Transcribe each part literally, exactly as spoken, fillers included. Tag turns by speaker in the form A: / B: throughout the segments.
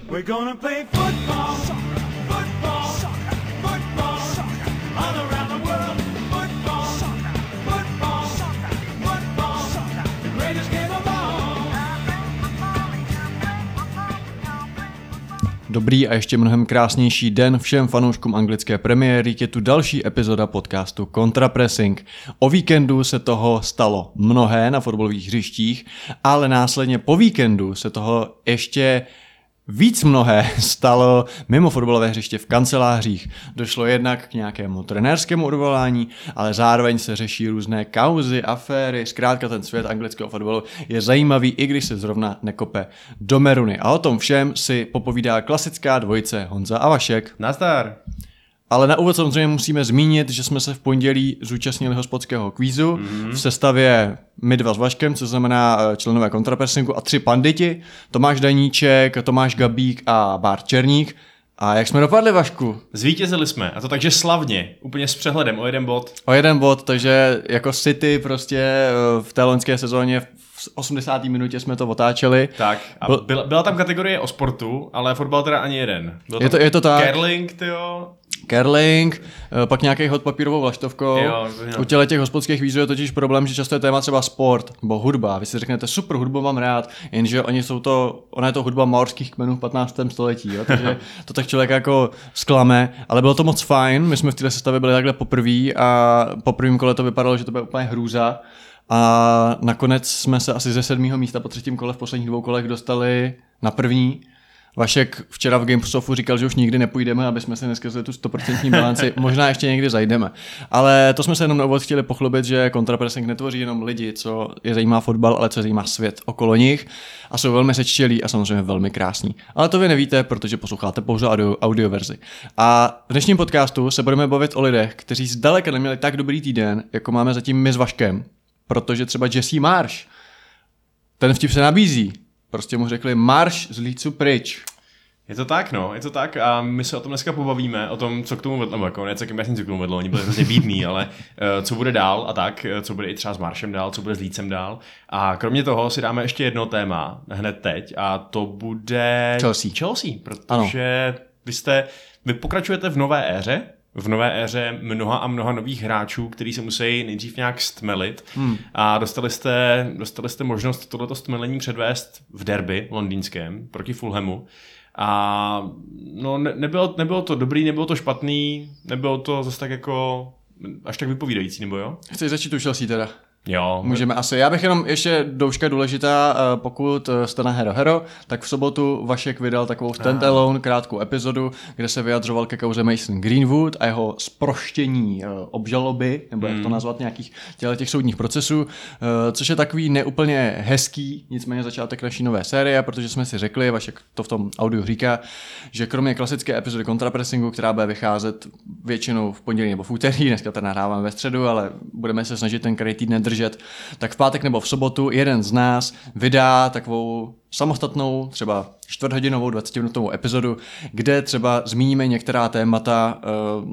A: We're gonna play football, football, football, all around the world. Football, football, football, the greatest game of all.
B: Dobrý a ještě mnohem krásnější den všem fanouškům anglické premiéry, je tu další epizoda podcastu Contrapressing. O víkendu se toho stalo mnohé na fotbalových hřištích, ale následně po víkendu se toho ještě víc mnohé stalo mimo fotbalové hřiště v kancelářích. Došlo jednak k nějakému trenérskému odvolání, ale zároveň se řeší různé kauzy, aféry. Zkrátka ten svět anglického fotbalu je zajímavý, i když se zrovna nekope do meruny. A o tom všem si popovídá klasická dvojice Honza a Vašek.
C: Nazdar.
B: Ale na úvod samozřejmě musíme zmínit, že jsme se v pondělí zúčastnili hospodského kvízu mm. v sestavě my dva s Vaškem, co znamená členové Contrapressingu a tři panditi, Tomáš Daníček, Tomáš Gabík a Bárt Černík. A jak jsme dopadli, Vašku?
C: Zvítězili jsme, a to takže slavně, úplně s přehledem o jeden bod.
B: O jeden bod, takže jako City prostě v té loňské sezóně v osmdesáté minutě jsme to otáčeli.
C: Tak, a byla, byla tam kategorie o sportu, ale fotbal teda ani jeden. Byl
B: je, to, je to tak.
C: Curling, tyjo.
B: Curling, pak nějaký hod papírovou vlaštovkou.
C: Jo,
B: U těle těch hospodských vízů je totiž problém, že často je téma třeba sport nebo hudba. Vy si řeknete, super, hudbu mám rád, jenže oni jsou to, ona je to hudba maorských kmenů v patnáctém století, jo? Takže to tak člověk jako zklame, ale bylo to moc fajn, my jsme v této sestavě byli takhle poprvé a po prvním kole to vypadalo, že to bude úplně hrůza a nakonec jsme se asi ze sedmého místa po třetím kole v posledních dvou kolech dostali na první. Vašek včera v Gamesofu říkal, že už nikdy nepůjdeme, aby jsme si neskazili tu stoprocentní bilanci. Možná ještě někdy zajdeme. Ale to jsme se jenom na úvod chtěli pochlubit, že Contrapressing netvoří jenom lidi, co je zajímá fotbal, ale co zajímá svět okolo nich. A jsou velmi sečtělí a samozřejmě velmi krásní. Ale to vy nevíte, protože posloucháte pouze audio, audio verzi. A v dnešním podcastu se budeme bavit o lidech, kteří zdaleka neměli tak dobrý týden, jako máme zatím my s Vaškem. Protože třeba Jesse Marsh, ten vtip se nabízí. Prostě mu řekli marš z Leedsu pryč.
C: Je to tak, no, je to tak a my se o tom dneska pobavíme, o tom, co k tomu vedlo, nebo jako ne celkem jasný, co k tomu vedlo, oni byli hrozně bídní, ale uh, co bude dál a tak, co bude i třeba s Marshem dál, co bude s Leedsem dál. A kromě toho si dáme ještě jedno téma hned teď a to bude
B: Chelsea,
C: Chelsea protože ano. vy jste, vy pokračujete v nové éře, v nové éře mnoha a mnoha nových hráčů, kteří se musí nejdřív nějak stmelit hmm. a dostali jste, dostali jste možnost tohleto stmelení předvést v derby londýnském proti Fulhamu a no ne, nebylo, nebylo to dobrý, nebylo to špatný, nebylo to zase tak jako až tak vypovídající, nebo jo?
B: Chceš začít u Chelsea teda?
C: Jo.
B: Můžeme asi. Já bych jenom ještě douška důležitá, pokud jste na Hero Hero, tak v sobotu Vašek vydal takovou stand-alone krátkou epizodu, kde se vyjadřoval ke kauze Mason Greenwood a jeho zproštění obžaloby, nebo jak to nazvat, nějakých těch soudních procesů, což je takový neúplně hezký, nicméně začátek naší nové série, protože jsme si řekli, Vašek to v tom audiu říká, že kromě klasické epizody Contrapressingu, která bude vycházet většinou v pondělí nebo v úterý, dneska to nahráváme ve středu, ale budeme se snažit ten který týden držet, tak v pátek nebo v sobotu jeden z nás vydá takovou samostatnou, třeba čtvrthodinovou, dvacetiminutovou epizodu, kde třeba zmíníme některá témata,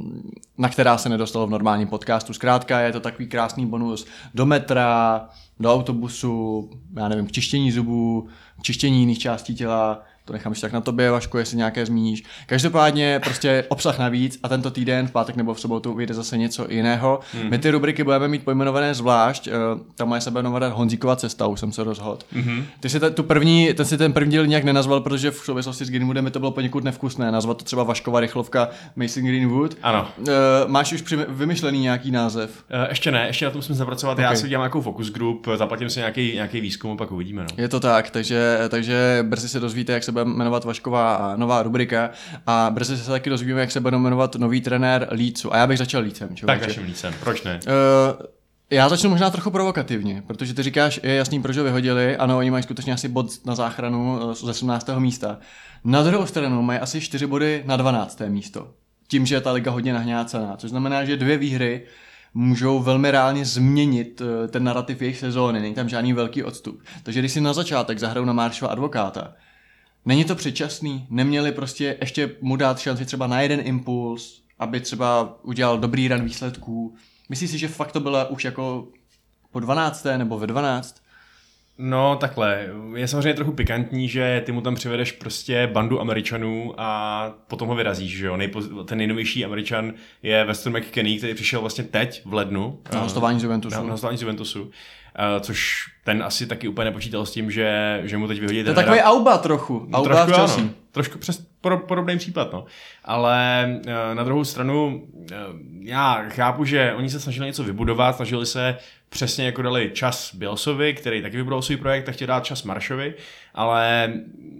B: na která se nedostalo v normálním podcastu. Zkrátka je to takový krásný bonus do metra, do autobusu, já nevím, k čištění zubů, k čištění jiných částí těla. To nechám ještě tak na tobě, Vašku, jestli nějaké zmíníš. Každopádně prostě obsah navíc a tento týden, v pátek nebo v sobotu, vyjde zase něco jiného. Mm-hmm. My ty rubriky budeme mít pojmenované zvlášť. Ta moje se bude jmenovat Honzíkova cesta, už jsem se rozhodl. Mm-hmm. Ty si, ta, tu první, ten si ten první díl nějak nenazval, protože v souvislosti s Greenwoodem mi to bylo poněkud nevkusné. Nazvat to třeba Vaškova rychlovka Mason Greenwood.
C: Ano.
B: Uh, máš už při, vymyšlený nějaký název?
C: Uh, ještě ne, ještě na tom musím zapracovat. Okay. Já si udělám nějakou focus group, zaplatím si nějaký, nějaký výzkum, pak uvidíme. No.
B: Je to tak, takže, takže brzy se dozvíte, jak se bude jmenovat Vašková nová rubrika a brzy se taky dozvíme, jak se bude jmenovat nový trenér Leedsu. A já bych začal Leedsem.
C: Tak začneme Leedsem, proč ne?
B: Uh, já začnu možná trochu provokativně, protože ty říkáš, je jasný, proč ho vyhodili, ano, oni mají skutečně asi bod na záchranu ze sedmnáctého místa. Na druhou stranu mají asi čtyři body na dvanácté místo. Tím, že je ta liga hodně nahňácená, což znamená, že dvě výhry můžou velmi reálně změnit ten narrativ jejich sezóny, není tam žádný velký odstup. Takže když si na začátek zahrajou na Marshova advokáta, není to předčasný? Neměli prostě ještě mu dát šanci třeba na jeden impuls, aby třeba udělal dobrý run výsledků? Myslíš si, že fakt to bylo už jako po dvanácté nebo ve dvanáct?
C: No takhle, je samozřejmě trochu pikantní, že ty mu tam přivedeš prostě bandu Američanů a potom ho vyrazíš, že jo. Nejpoz... Ten nejnovější Američan je Weston McKennie, který přišel vlastně teď v lednu.
B: Na hostování z Juventusu.
C: Na hostování z Juventusu. Uh, což ten asi taky úplně nepočítal s tím, že, že mu teď vyhodí
B: To je takový Auba trochu. Auba
C: trošku,
B: v Chelsea.
C: ano, trošku přes podobný případ, no. Ale uh, na druhou stranu uh, já chápu, že oni se snažili něco vybudovat, snažili se přesně jako dali čas Bielsovi, který taky vybudoval svůj projekt, a chtěl dát čas Marshovi, ale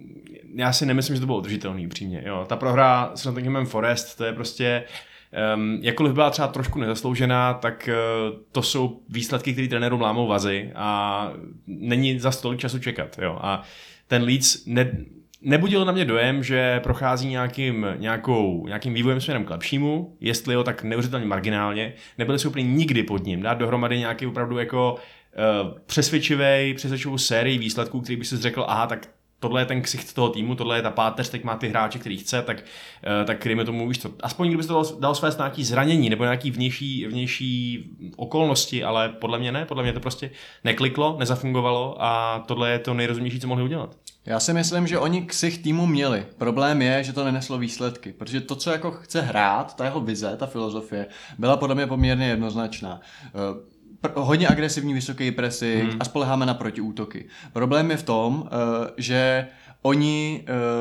C: já si nemyslím, že to bylo udržitelný přímě. Jo. Ta prohra s Nottinghamem Forest, to je prostě, um, jakkoliv byla třeba trošku nezasloužená, tak uh, to jsou výsledky, které trenérům lámou vazy a není za tolik času čekat. Jo. A ten Leeds ne, nebudil na mě dojem, že prochází nějakým, nějakou, nějakým vývojem směrem k lepšímu, jestli jo, tak neuvěřitelně marginálně. Nebyli si úplně nikdy pod ním dát dohromady nějaký opravdu jako uh, přesvědčivý, přesvědčivou sérii výsledků, který by si řekl, aha, tak tohle je ten ksicht toho týmu, tohle je ta páteř, teď má ty hráče, který chce, tak, uh, tak dejme tomu, víš co, aspoň kdyby to dal, dal své nějaký zranění nebo nějaký vnější, vnější okolnosti, ale podle mě ne, podle mě to prostě nekliklo, nezafungovalo a tohle je to nejrozumnější, co mohli udělat.
B: Já si myslím, že oni ksich týmu měli. Problém je, že to neneslo výsledky, protože to, co jako chce hrát, ta jeho vize, ta filozofie, byla podle mě poměrně jednoznačná. Pr- hodně agresivní vysoký pressing hmm. a spoleháme na protiútoky. Problém je v tom, že oni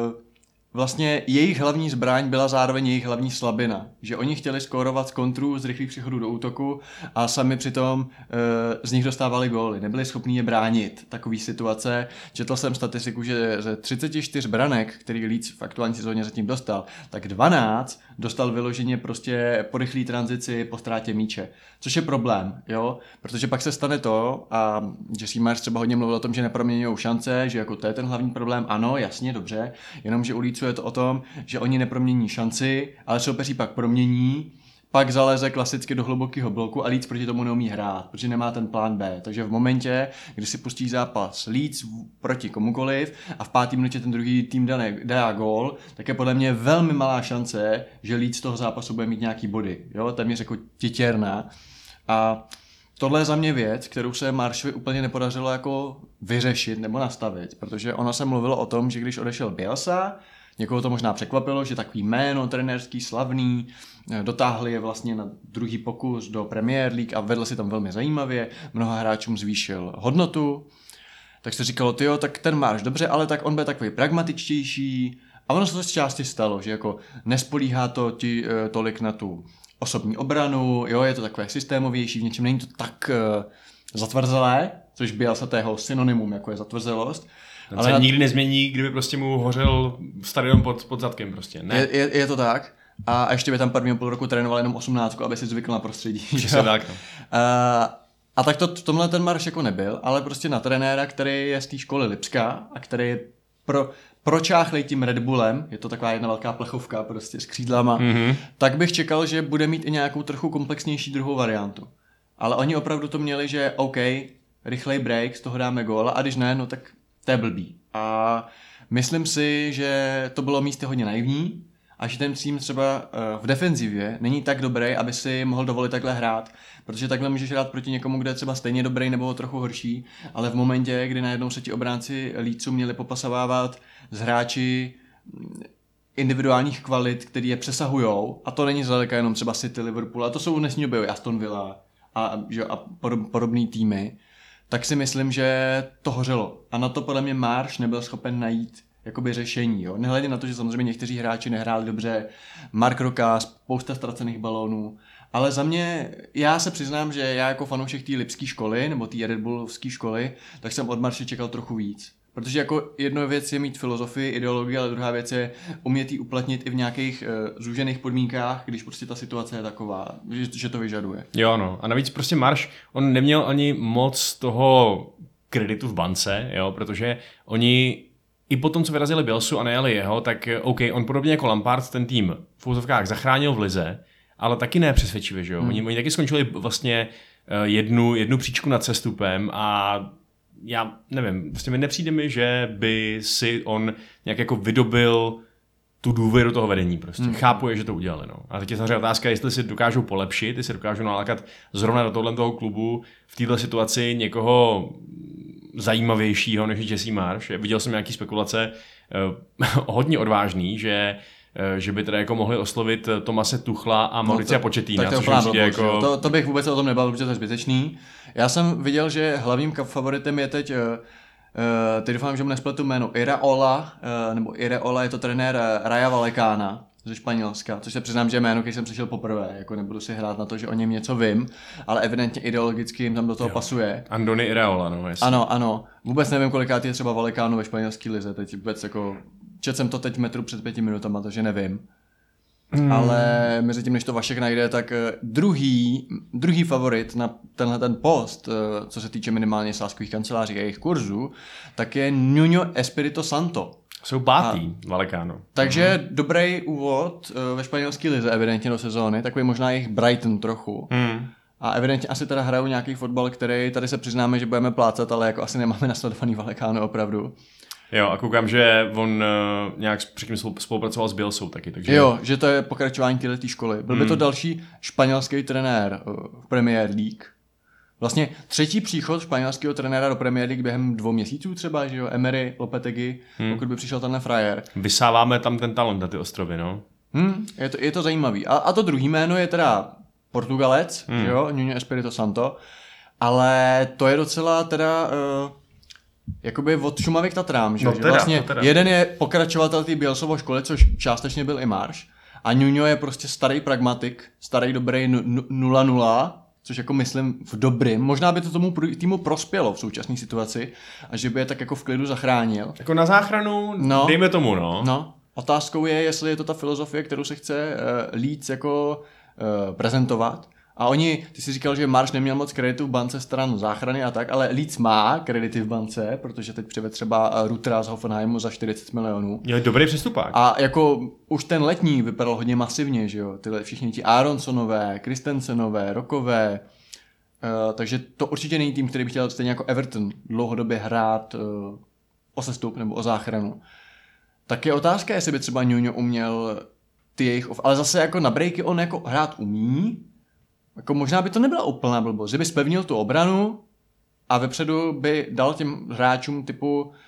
B: vlastně jejich hlavní zbraň byla zároveň jejich hlavní slabina. Že oni chtěli skórovat z kontru z rychlých příchodů do útoku a sami přitom e, z nich dostávali góly. Nebyli schopni je bránit. Takový situace. Četl jsem statistiku, že ze třicet čtyři branek, který Leeds v aktuální sezóně zatím dostal, tak dvanáct dostal vyloženě prostě po rychlý tranzici po ztrátě míče. Což je problém, jo? Protože pak se stane to, a Jesse Marsch třeba hodně mluvil o tom, že neproměňují šance, že jako to je ten hlavní problém. Ano, jasně, dobře, jenomže u Leedsu je to o tom, že oni nepromění šanci, ale soupeří pak promění, pak zaleze klasicky do hlubokého bloku a Leeds proti tomu neumí hrát, protože nemá ten plán B. Takže v momentě, kdy si pustí zápas Leeds proti komukoliv a v páté minutě ten druhý tým dá gól, tak je podle mě velmi malá šance, že Leeds z toho zápasu bude mít nějaký body. Jo? Téměř jako titěrná. A tohle je za mě věc, kterou se Marshovi úplně nepodařilo jako vyřešit nebo nastavit, protože ono se mluvilo o tom, že když odešel Bielsa, někoho to možná překvapilo, že takový jméno trenérský, slavný, dotáhli je vlastně na druhý pokus do Premier League a vedl si tam velmi zajímavě, mnoha hráčům zvýšil hodnotu, tak se říkalo, tyjo, tak ten máš dobře, ale tak on bude takový pragmatičtější a ono se to z části stalo, že jako nespolíhá to ti tolik na tu osobní obranu, jo, je to takové systémovější, v něčem není to tak uh, zatvrzelé, což Bielsa tého synonymum, jako je zatvrzelost.
C: Ten ale se nad... nikdy nezmění, kdyby prostě mu hořel stadion pod, pod zadkem prostě, ne?
B: Je, je, je to tak. A ještě by tam prvního půl roku trénoval jenom osmnáctku, aby si zvykl na prostředí.
C: Přesně tak, no.
B: A, a tak to v tomhle ten Marsch jako nebyl, ale prostě na trenéra, který je z té školy Lipska a který je pro, pročáchlej tím Red Bullem, je to taková jedna velká plechovka prostě s křídlama, mm-hmm. tak bych čekal, že bude mít i nějakou trochu komplexnější druhou variantu. Ale oni opravdu to měli, že OK, rychlej break, z toho dáme góla a když ne, no tak to je blbý. A myslím si, že to bylo místy hodně naivní a že ten tým třeba v defenzivě není tak dobrý, aby si mohl dovolit takhle hrát, protože takhle můžeš hrát proti někomu, kde je třeba stejně dobrý nebo trochu horší, ale v momentě, kdy najednou se ti obránci Leedsu měli popasovávat z hráči individuálních kvalit, který je přesahujou, a to není zdaleka jenom třeba City, Liverpool, a to jsou nesmí objevy Aston Villa a, že, a podobný týmy, tak si myslím, že to hořelo. A na to podle mě Marsch nebyl schopen najít jakoby řešení. Jo? Nehledě na to, že samozřejmě někteří hráči nehráli dobře, Mark Roca, spousta ztracených balónů, ale za mě, já se přiznám, že já jako fanoušek té lipské školy, nebo té Red Bullovské školy, tak jsem od Marsche čekal trochu víc. Protože jako jedna věc je mít filozofii, ideologii, ale druhá věc je umět ji uplatnit i v nějakých uh, zúžených podmínkách, když prostě ta situace je taková, že, že to vyžaduje.
C: Jo, no. A navíc prostě Marsch, on neměl ani moc toho kreditu v bance, jo, protože oni i po tom, co vyrazili Bielsu a nejeli jeho, tak OK, on podobně jako Lampard ten tým v úzovkách zachránil v lize, ale taky ne přesvědčivě, že jo. Hmm. Oni, oni taky skončili vlastně uh, jednu, jednu příčku nad sestupem a já nevím, prostě mi nepřijde mi, že by si on nějak jako vydobil tu důvěru toho vedení prostě. Hmm. Chápu je, že to udělali, no. A teď je samozřejmě otázka, jestli si dokážou polepšit, jestli dokážou nalákat zrovna do tohle toho klubu v této situaci někoho zajímavějšího než Jesse Marsh. Viděl jsem nějaký spekulace uh, hodně odvážný, že že by teda jako mohli oslovit Tomase Tuchla a Mauricia
B: no
C: Pochettino,
B: to
C: což mi přijde jako...
B: To, to bych vůbec o tom nebavil, protože to je zbytečný. Já jsem viděl, že hlavním favoritem je teď, uh, uh, teď doufám, že mu nespletu jméno, Iraola, uh, nebo Iraola je to trenér Raja Vallecana ze Španělska, což se přiznám, že jméno, když jsem slyšel poprvé, jako nebudu si hrát na to, že o něm něco vím, ale evidentně ideologicky jim tam do toho jo. pasuje.
C: Andoni Iraola, no jasně.
B: Ano, ano. Vůbec nevím, kolikát je třeba Vallecano ve španělské lize, teď vůbec jako... Četl jsem to teď v metru před pěti minutama, takže nevím. Hmm. Ale mezi tím, než to Vašek najde, tak druhý, druhý favorit na tenhle ten post, co se týče minimálně sázkových kanceláří a jejich kurzů, tak je Nuno Espirito Santo.
C: Jsou pátý, Vallecano.
B: Takže hmm. dobrý úvod ve španělské lize, evidentně do sezóny, takový možná jejich Brighton trochu. Hmm. A evidentně asi teda hrajou nějaký fotbal, který tady se přiznáme, že budeme plácat, ale jako asi nemáme nasledovaný Vallecano opravdu.
C: Jo, a koukám, že on uh, nějak předtím spolupracoval s Bielsou taky, takže...
B: Jo, že to je pokračování této školy. Byl by to hmm. další španělský trenér uh, v Premier League. Vlastně třetí příchod španělského trenéra do Premier League během dvou měsíců třeba, že jo, Emery, Lopetegui, hmm. pokud by přišel tenhle frajer.
C: Vysáváme tam ten talent na ty ostrovy, no.
B: Hmm, je, to, je to zajímavý. A, a to druhý jméno je teda Portugalec, hmm. že jo, Nuno Espirito Santo, ale to je docela teda... Uh, jakoby od Šumavy k Tatrám, že?
C: No,
B: že
C: teda,
B: vlastně
C: teda.
B: jeden je pokračovatel té Bielsovo školy, což částečně byl i Marsh, a Nuno je prostě starý pragmatik, starý dobrý nula nula, což jako myslím v dobrým. Možná by to tomu týmu prospělo v současné situaci a že by je tak jako v klidu zachránil.
C: Jako na záchranu, no, dejme tomu, no.
B: No, otázkou je, jestli je to ta filozofie, kterou se chce uh, Leeds jako uh, prezentovat. A oni, ty jsi říkal, že Marsh neměl moc kreditu v bance stran záchrany a tak, ale Leeds má kredity v bance, protože teď přived třeba Rutra z Hoffenheimu za čtyřicet milionů.
C: Je dobrý přestupák.
B: A jako už ten letní vypadal hodně masivně, že jo, tyhle všichni ti Aronsonové, Christensenové, Rokové, uh, takže to určitě není tým, který by chtěl stejně jako Everton dlouhodobě hrát uh, o sestup nebo o záchranu. Tak je otázka, jestli by třeba Nuno uměl ty jejich, ale zase jako na breaky on jako hrát umí. Jako možná by to nebyla úplná blbost, že by spevnil tu obranu a vepředu by dal těm hráčům typu uh,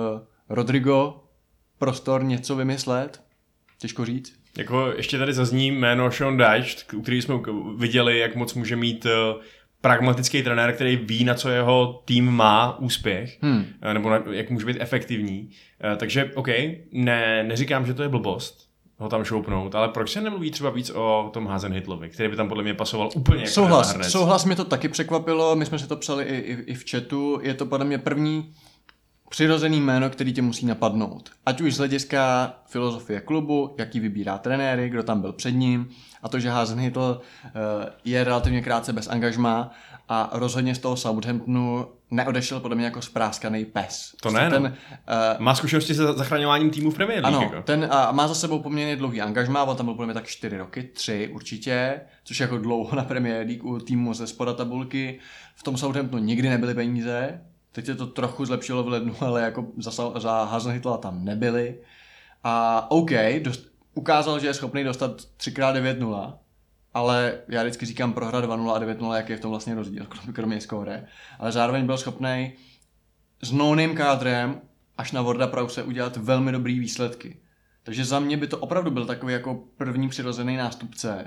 B: Rodrigo prostor něco vymyslet. Těžko říct.
C: Jako ještě tady zazní jméno Sean Dyche, u který jsme viděli, jak moc může mít uh, pragmatický trenér, který ví, na co jeho tým má úspěch, hmm. uh, nebo na, jak může být efektivní. Uh, takže OK, ne, neříkám, že to je blbost ho tam šoupnout, ale proč se nemluví třeba víc o tom Hasenhüttelovi, který by tam podle mě pasoval úplně jako
B: souhlas, souhlas mě to taky překvapilo, my jsme se to psali i, i, i v chatu, je to podle mě první přirozený jméno, který tě musí napadnout. Ať už z hlediska filozofie klubu, jaký vybírá trenéry, kdo tam byl před ním, a to, že Hasenhüttl uh, je relativně krátce bez angažmá a rozhodně z toho Southamptonu neodešel podle mě jako spráskaný pes.
C: To ne,
B: ten,
C: no.
B: uh,
C: má zkušenosti se zachraňováním týmu v Premier League.
B: Ano,
C: jako.
B: ten uh, má za sebou poměrně dlouhý angažmá, on tam byl podle mě tak čtyři roky, tři určitě, což je jako dlouho na Premier League u týmu ze spoda tabulky. V tom Southamptonu nikdy nebyly peníze, teď se to trochu zlepšilo v lednu, ale jako za, za Hasenhüttla tam nebyly. A OK, dost, ukázal, že je schopný dostat tři krát devět nula, ale já vždycky říkám prohra dva nula a devět nula, jaký je v tom vlastně rozdíl, kromě skóre. Ale zároveň byl schopný s no-name kádrem až na Warda Prowse udělat velmi dobrý výsledky. Takže za mě by to opravdu byl takový jako první přirozený nástupce.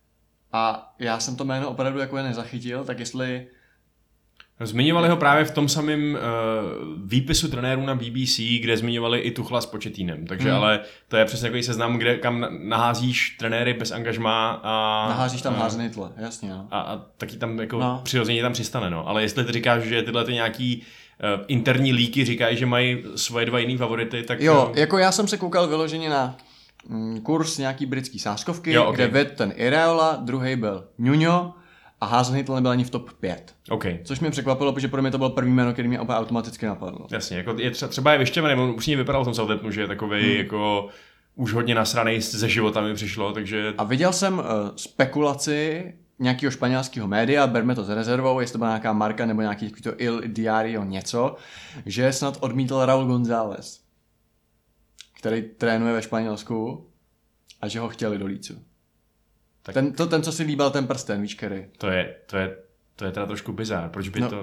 B: A já jsem to jméno opravdu jako je nezachytil, tak jestli...
C: Zmiňovali ho právě v tom samém uh, výpisu trenérů na B B C, kde zmiňovali i Tuchla s Pochettínem. Takže hmm. ale to je přesně takový seznam, kde kam naházíš trenéry bez angažmá a...
B: Naházíš tam Hasenhüttl, jasně. No.
C: A, a taky tam jako
B: no.
C: přirozeně tam přistane, no. Ale jestli ty říkáš, že tyhle ty nějaký uh, interní líky říkají, že mají svoje dva jiný favority, tak...
B: Jo, uh, jako já jsem se koukal vyloženě na mm, kurz nějaký britský sázkovky, jo, okay. kde vedl ten Iraola, druhý byl Nuno, a Hasenhüttl nebyl ani v top pět.
C: Okay.
B: Což mě překvapilo, protože pro mě to byl první jméno, který mě opět automaticky napadlo.
C: Jasně, jako je třeba, třeba je vyštěvený, on upřímně vypadal v tom Southamptonu, že je takovej hmm. jako už hodně nasranej ze života mi přišlo, takže...
B: A viděl jsem uh, spekulaci nějakého španělského média, berme to s rezervou, jestli to byla nějaká marka nebo nějaký to Il Diario něco, že snad odmítl Raúl González, který trénuje ve Španělsku a že ho chtěli do Leedsu. Tak... Ten, to, ten, co si líbal ten prsten, víš, který?
C: To je, to je, to je teda trošku bizár, proč by
B: no,
C: to...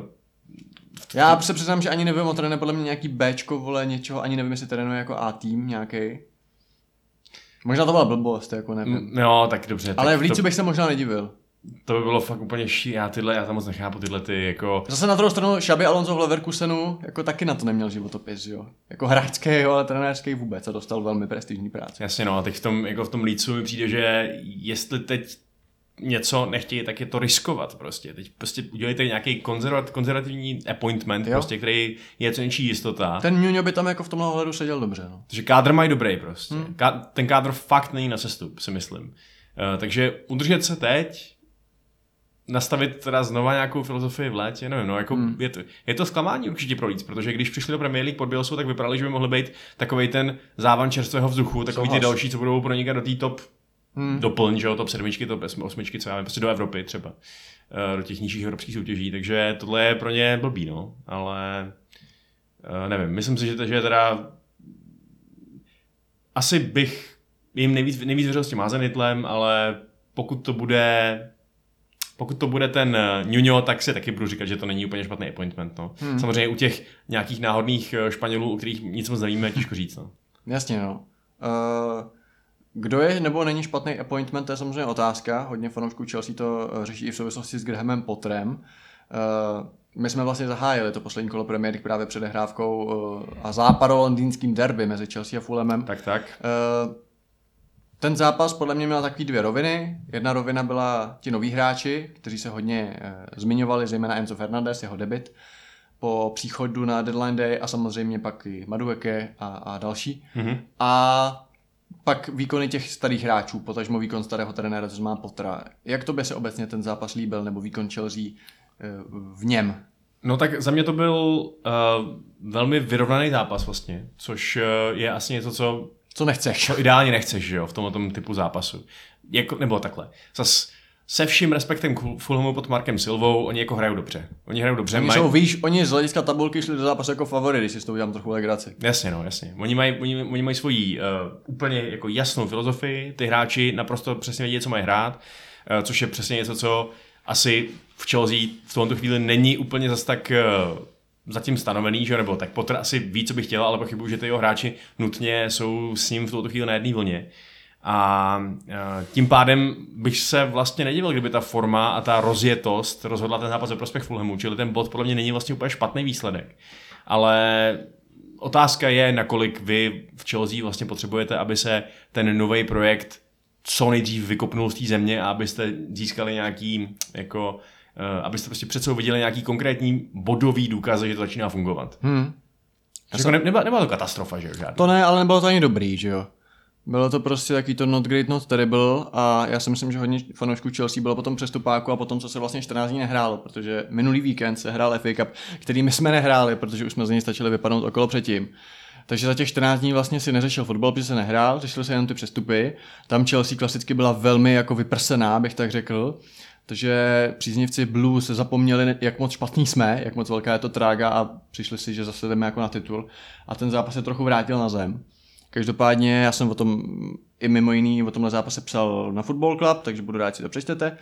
B: Já se přiznám, že ani nevím o trénu, podle mě nějaký Bčko, vole, něčeho, ani nevím, jestli trénuje jako A tým nějaký. Možná to byla blbost, jako nevím.
C: No, tak dobře.
B: Ale
C: tak
B: v Lícu
C: to,
B: bych se možná nedivil.
C: to by bylo fakt úplně ší. Já tyhle, já tam moc nechápu tyhle ty jako...
B: Zase na druhou stranu Xabi Alonso v Leverkusenu jako taky na to neměl životopis, jo. Jako hráčský, ale trenérský vůbec a dostal velmi prestižní práci.
C: Jasně no, a teď v tom, jako v tom Lícu mi přijde, že jestli teď něco nechtějí, tak je to riskovat prostě. Teď prostě udělejte nějaký konzervat, konzervativní appointment,
B: jo.
C: prostě, který je co něčí jistota.
B: Ten Nuno by tam jako v tomhle ohledu seděl dobře, no.
C: Takže kádr mají dobrý prostě.
B: Hmm.
C: Ká- ten kádr fakt není na cestu, si myslím. Uh, takže udržet se teď, nastavit teda znova nějakou filozofii v létě, nevím, no, jako
B: Hmm.
C: je, to, je to zklamání určitě pro Leeds, protože když přišli do Premier League pod Bielsou, tak vypadali, že by mohli být takovej ten závan čerstvého vzduchu, takový ty
B: Souhlas.
C: další, co budou pronikat do té top
B: Hmm.
C: doplň, že jo, top sedmičky, top osmičky, co já vím, prostě do Evropy třeba, eh, do těch nižších evropských soutěží, takže tohle je pro ně blbý, no, ale eh, nevím, myslím si, že, to, že je teda asi bych jim nejvíc, nejvíc věřil s tím Hazenutlem, ale pokud to bude pokud to bude ten Nuno, tak si taky budu říkat, že to není úplně špatný appointment, no.
B: Hmm.
C: Samozřejmě u těch nějakých náhodných eh, Španělů, u kterých nic moc nevíme, těžko říct, no.
B: Jasně, no. Uh, kdo je nebo není špatný appointment, to je samozřejmě otázka. Hodně fanoušků Chelsea to uh, řeší i v souvislosti s Grahamem Potterem. Uh, my jsme vlastně zahájili to poslední kolo Premier League právě před hrávkou uh, a západo-londýnským derby mezi Chelsea a Fulhamem.
C: Tak, tak.
B: Uh, ten zápas podle mě měl takový dvě roviny. Jedna rovina byla ti noví hráči, kteří se hodně uh, zmiňovali, zejména Enzo Fernandez, jeho debut po příchodu na deadline day a samozřejmě pak i Madueke a, a další.
C: Mhm.
B: A pak výkony těch starých hráčů, potažmo výkon starého trenéra, co má Pottera. Jak to by se obecně ten zápas líbil, nebo výkon Chelsea eh, v něm?
C: No tak za mě to byl uh, velmi vyrovnaný zápas vlastně, což uh, je asi něco, co,
B: Co nechceš?
C: co ideálně nechceš, že jo, v tomhle tom typu zápasu. Jako, nebo takhle. Zas se vším respektem k Fulhamu pod Markem Silvou, oni jako hrajou dobře. Oni hrajou dobře.
B: Oni
C: Maj...
B: jsou, víš, oni z hlediska tabulky šli do zápasu jako favorit, když si s tou udělám trochu legraci.
C: Jasně, no, jasně. Oni mají, oni, oni mají svoji uh, úplně jako jasnou filozofii, ty hráči naprosto přesně vědí, co mají hrát, uh, což je přesně něco, co asi v Chelsea v tomto chvíli není úplně zas tak uh, zatím stanovený, že? Nebo tak Potter asi ví, co by chtěl, ale pochybuju, že ty jeho hráči nutně jsou s ním v tuto chvíli na jedné vlně. A tím pádem bych se vlastně nedivil, kdyby ta forma a ta rozjetost rozhodla ten zápas ve prospěch Fulhamu, čili ten bod podle mě není vlastně úplně špatný výsledek. Ale otázka je, nakolik vy v Chelsea vlastně potřebujete, aby se ten nový projekt co nejdřív vykopnul z té země a abyste získali nějaký, jako, abyste prostě přece viděli nějaký konkrétní bodový důkaz, že to začíná fungovat.
B: Hmm.
C: Jako ne, nebyla, nebyla to katastrofa, že jo? Žádný.
B: To ne, ale nebylo to ani dobrý, že jo. Bylo to prostě takový to not great, not terrible a já si myslím, že hodně fanoušků Chelsea bylo potom přestupáku a potom, co se vlastně čtrnáct dní nehrálo, protože minulý víkend se hrál F A Cup, který my jsme nehráli, protože už jsme z něj stačili vypadnout okolo předtím. Takže za těch čtrnáct dní vlastně si neřešil fotbal, protože se nehrál, řešil se jenom ty přestupy. Tam Chelsea klasicky byla velmi jako vyprsená, bych tak řekl. Takže příznivci Blues zapomněli, jak moc špatný jsme, jak moc velká je to trága a přišli si, že zase jdeme jako na titul. A ten zápas se trochu vrátil na zem. Každopádně já jsem o tom i mimo jiný o tomhle zápase psal na Football Club, takže budu rád, si to přečtete.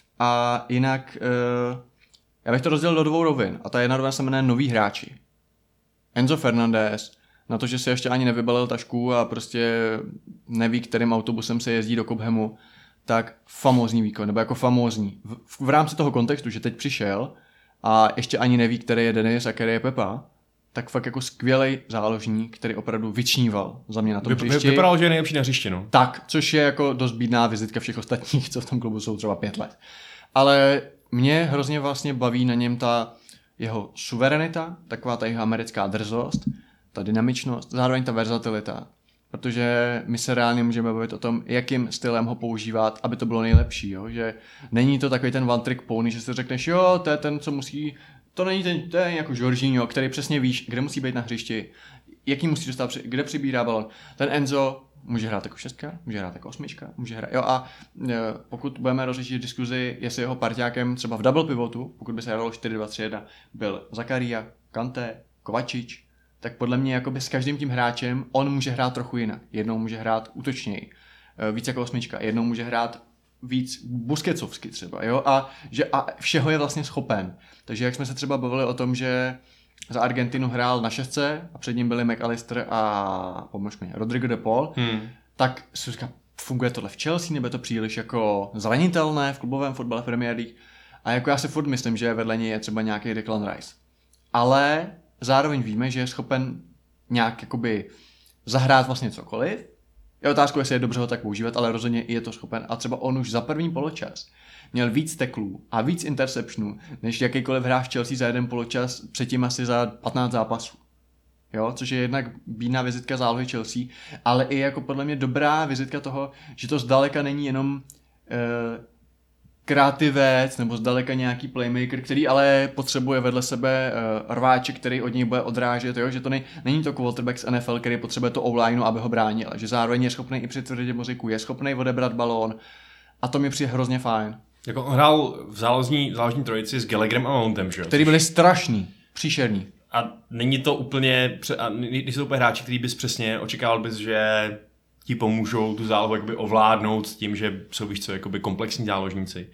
B: A jinak uh, já bych to rozdělil do dvou rovin. A ta jedna rovina se jmenuje noví hráči. Enzo Fernandez, na to, že se ještě ani nevybalil tašku a prostě neví, kterým autobusem se jezdí do Cobhamu, tak famózní výkon, nebo jako famózní. V, v rámci toho kontextu, že teď přišel a ještě ani neví, který je Denis a který je Pepa, tak fakt jako skvělej záložník, který opravdu vyčníval za mě na tom
C: Vy,
B: hřišti.
C: vypadalo, že je nejlepší na hřišti, no.
B: Tak, což je jako dost bídná vizitka všech ostatních, co v tom klubu jsou třeba pět let. Ale mě hrozně vlastně baví na něm ta jeho suverenita, taková ta jeho americká drzost, ta dynamičnost, zároveň ta versatilita. Protože my se reálně můžeme bavit o tom, jakým stylem ho používat, aby to bylo nejlepší. Jo? Že není to takový ten one trick pony, že si řekneš, jo, to je ten, co musí, to není ten, to je jako Jorginho, který přesně víš, kde musí být na hřišti, jaký musí dostat, kde přibírá balon. Ten Enzo může hrát jako šestka, může hrát jako osmička, může hrát, jo a e, pokud budeme rozřešit diskuzi, jestli jeho parťákem třeba v double pivotu, pokud by se hralo čtyři dva tři jedna, byl Zakaria, Kanté, Kovačič, tak podle mě jakoby s každým tím hráčem on může hrát trochu jinak. Jednou může hrát útočněji, víc jako osmička, jednou může hrát víc buskecovsky třeba, jo, a že a všeho je vlastně schopen. Takže jak jsme se třeba bavili o tom, že za Argentinu hrál na šestce a před ním byli McAllister a pomož mi, Rodrigo de Paul, hmm. tak si říká, funguje tohle v Chelsea, nebo je to příliš jako zranitelné v klubovém fotbale Premier League. A jako já si furt myslím, že vedle něj je třeba nějaký Declan Rice. Ale zároveň víme, že je schopen nějak jakoby zahrát vlastně cokoliv. Je otázku, jestli je dobře ho tak používat, ale rozhodně je to schopen. A třeba on už za první poločas měl víc teklů a víc interceptionů, než jakýkoliv hráč Chelsea za jeden poločas, předtím asi za patnáct zápasů. Jo, což je jednak bídná vizitka zálohy Chelsea, ale i jako podle mě dobrá vizitka toho, že to zdaleka není jenom e, kreativec nebo zdaleka nějaký playmaker, který ale potřebuje vedle sebe uh, rváče, který od něj bude odrážet, jo? Že to nej, není to quarterback z N F L, který potřebuje to O-lineu, aby ho bránil, že zároveň je schopný i při tvrdě muziku, je schopný odebrat balón a to mi přijde hrozně fajn.
C: Jako on hrál v záložní, v záložní trojici s Gallagherem a Mountem, že jo?
B: Který byli strašný, příšerný.
C: A není to úplně, a když jsou úplně hráči, který bys přesně očekával bys, že ti pomůžou tu zálohu jakoby ovládnout s tím, že jsou, víš co, jakoby komplexní záložníci.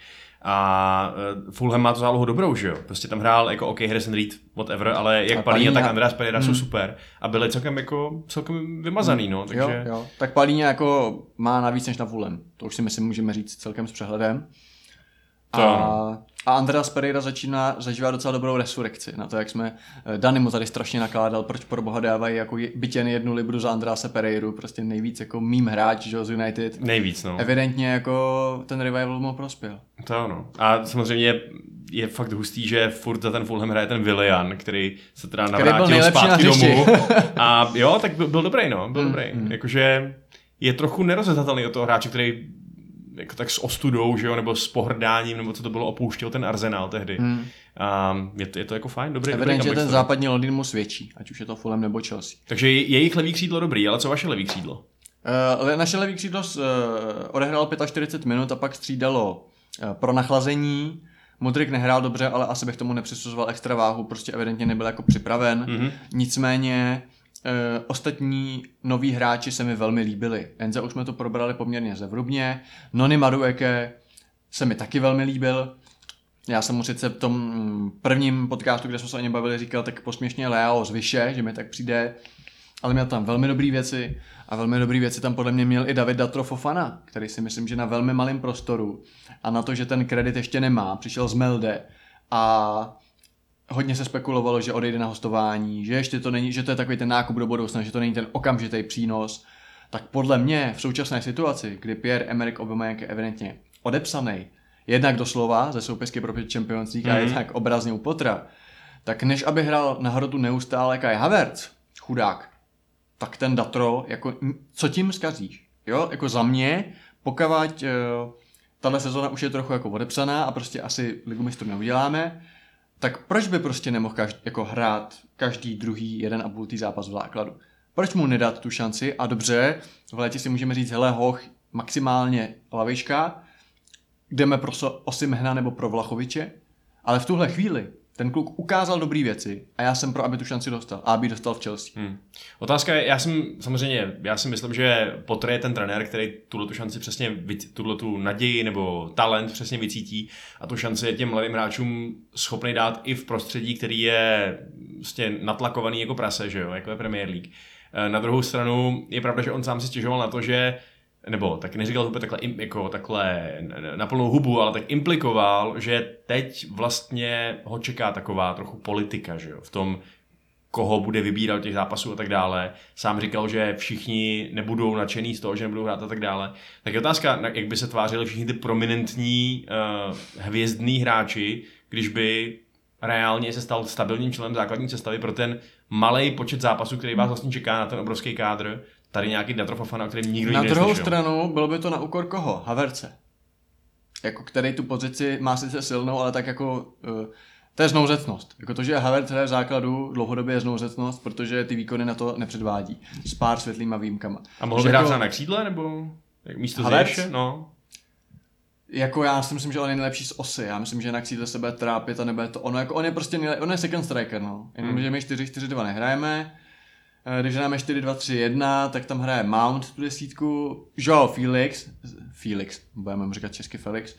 C: A uh, Fulham má tu zálohu dobrou, že jo? Prostě tam hrál jako OK, Harrison Reed, whatever, ale jak Palíňa, tak Andreas Pereira hmm. jsou super. A byli celkem jako celkem vymazaný, no. Takže...
B: Jo, jo. Tak Palíňa jako má navíc než na Fulham. To už si myslím, můžeme říct celkem s přehledem. A, a Andreas Pereira začíná zažívat docela dobrou resurrekci na to, jak jsme Dany mu tady strašně nakládal, proč pro boha dávají jako byt jen jednu libru za Andrease Pereiru, prostě nejvíc jako mým hráč, že z United.
C: Nejvíc, no.
B: Evidentně jako ten revival mu prospěl.
C: To ano. A samozřejmě je fakt hustý, že furt za ten Fulham hraje ten Willian, který se teda navrátil zpátky domů. A jo, tak byl, byl dobrý, no. Byl mm, dobrý. Mm. Jakože je trochu nerozeznatelný od toho hráče, který jako tak s ostudou, že jo, nebo s pohrdáním, nebo co to bylo, opouštěl ten Arsenal tehdy. Hmm. A je to, je to jako fajn, dobrý.
B: Evidentně ten západní Londýn mu svědčí, ať už je to Fulham nebo Chelsea.
C: Takže jejich levý křídlo dobrý, ale co vaše levý křídlo?
B: Uh, naše levý křídlo uh, odehrálo čtyřicet pět minut a pak střídalo uh, pro nachlazení. Modric nehrál dobře, ale asi bych tomu nepřisuzoval extra váhu, prostě evidentně nebyl jako připraven. Mm-hmm. Nicméně Uh, ostatní noví hráči se mi velmi líbili. Enza už jsme to probrali poměrně zevrubně. Noni Madueke se mi taky velmi líbil. Já jsem mu sice v tom prvním podcastu, kde jsme se o něm bavili, říkal tak posměšně Leao z Vyše, že mi tak přijde, ale měl tam velmi dobrý věci a velmi dobrý věci tam podle mě měl i David Datro Fofana, který si myslím, že na velmi malém prostoru a na to, že ten kredit ještě nemá, přišel z Melde a hodně se spekulovalo, že odejde na hostování, že ještě to není, že to je takový ten nákup do budoucna, že to není ten okamžitý přínos. Tak podle mě v současné situaci, kdy Pierre-Emerick Aubameyang je evidentně odepsaný, jednak doslova ze soupisky pro Champions League mm. a jednak obrazně u Pottera, tak než aby hrál na hrotu neustále Kai Havertz, chudák, tak ten Datro, jako co tím zkazíš? Jo, jako za mě, pokavať uh, tahle sezona už je trochu jako odepsaná a prostě asi Ligu mistrů neuděláme, tak proč by prostě nemohl každý, jako hrát každý druhý jeden a půl tý zápas v základu? Proč mu nedat tu šanci? A dobře, v létě si můžeme říct, hele hoch, maximálně lavička, jdeme pro Osimhena nebo pro Vlachoviče, ale v tuhle chvíli ten kluk ukázal dobrý věci a já jsem pro, aby tu šanci dostal a aby dostal v Chelsea. Hmm.
C: Otázka je, já jsem samozřejmě, já si myslím, že Potter je ten trenér, který tuhle tu šanci přesně, tuhle tu naději nebo talent přesně vycítí a tu šanci je těm mladým hráčům schopný dát i v prostředí, který je vlastně natlakovaný jako prase, že jo, jako je Premier League. Na druhou stranu je pravda, že on sám si stěžoval na to, že nebo tak neříkal úplně takhle, jako takhle na plnou hubu, ale tak implikoval, že teď vlastně ho čeká taková trochu politika, že jo, v tom, koho bude vybírat těch zápasů a tak dále. Sám říkal, že všichni nebudou nadšený z toho, že nebudou hrát a tak dále. Tak je otázka, jak by se tvářili všichni ty prominentní uh, hvězdní hráči, když by reálně se stal stabilním členem základní sestavy pro ten malý počet zápasů, který vás vlastně čeká na ten obrovský kádr. Tady nějaký Datro Fofana, o kterém nikdo
B: na
C: nikdy
B: druhou
C: neslyšel.
B: stranu bylo by to na úkor koho? Havertze. Jako který tu pozici má sice silnou, ale tak jako uh, to je znouzecnost. Jako to, že Havertz hraje v základu, dlouhodobě je znouzecnost, protože ty výkony na to nepředvádí. S pár světlýma výjimkama.
C: A mohl by hrát jako na křídle, nebo místo Zješe? No.
B: Jako já si myslím, že on je nejlepší z osy. Já myslím, že na křídle se bude trápit a nebude to ono. Jako on je prostě nejle... on je second striker, no. Jenom, hmm. že my čtyři čtyři dva nehrajeme. Když hráme čtyři dva tři jedna, tak tam hraje Mount tu desítku, Joao Felix, Felix, budeme mu říkat česky Felix,